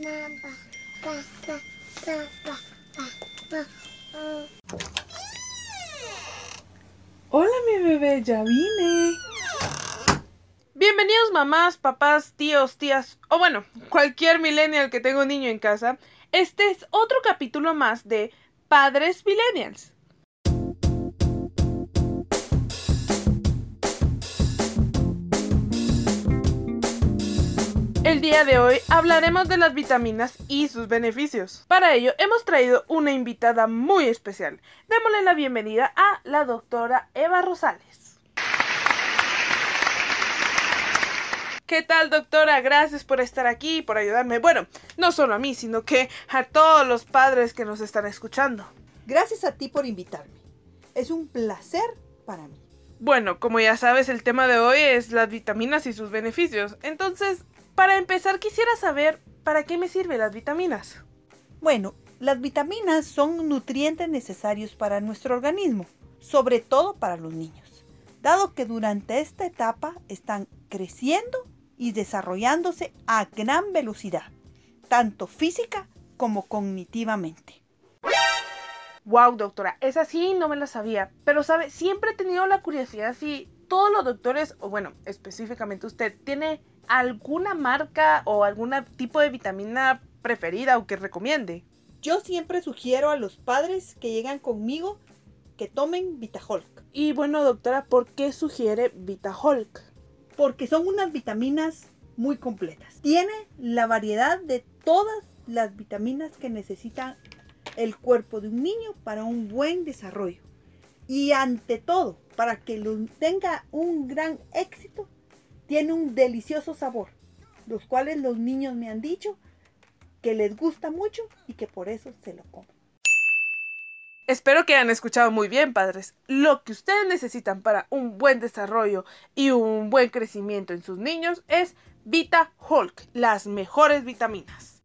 Hola, mi bebé, ya vine. Bienvenidos mamás, papás, tíos, tías, o bueno, cualquier millennial que tenga un niño en casa. Este es otro capítulo más de Padres Millennials. El día de hoy hablaremos de las vitaminas y sus beneficios. Para ello hemos traído una invitada muy especial. Démosle la bienvenida a la doctora Eva Rosales. ¿Qué tal, doctora? Gracias por estar aquí y por ayudarme. Bueno, no solo a mí, sino que a todos los padres que nos están escuchando. Gracias a ti por invitarme. Es un placer para mí. Bueno, como ya sabes, el tema de hoy es las vitaminas y sus beneficios. Entonces, para empezar, quisiera saber ¿para qué me sirven las vitaminas? Bueno, las vitaminas son nutrientes necesarios para nuestro organismo, sobre todo para los niños, dado que durante esta etapa están creciendo y desarrollándose a gran velocidad, tanto física como cognitivamente. Wow, doctora, esa sí no me la sabía, pero sabe, siempre he tenido la curiosidad si todos los doctores, o bueno, específicamente usted, tiene alguna marca o algún tipo de vitamina preferida o que recomiende. Yo siempre sugiero a los padres que llegan conmigo que tomen Vitaholk. Y bueno, doctora, ¿por qué sugiere Vitaholk? Porque son unas vitaminas muy completas. Tiene la variedad de todas las vitaminas que necesita el cuerpo de un niño para un buen desarrollo. Y ante todo, para que tenga un gran éxito, tiene un delicioso sabor, los cuales los niños me han dicho que les gusta mucho y que por eso se lo comen. Espero que hayan escuchado muy bien, padres. Lo que ustedes necesitan para un buen desarrollo y un buen crecimiento en sus niños es Vitaholk, las mejores vitaminas.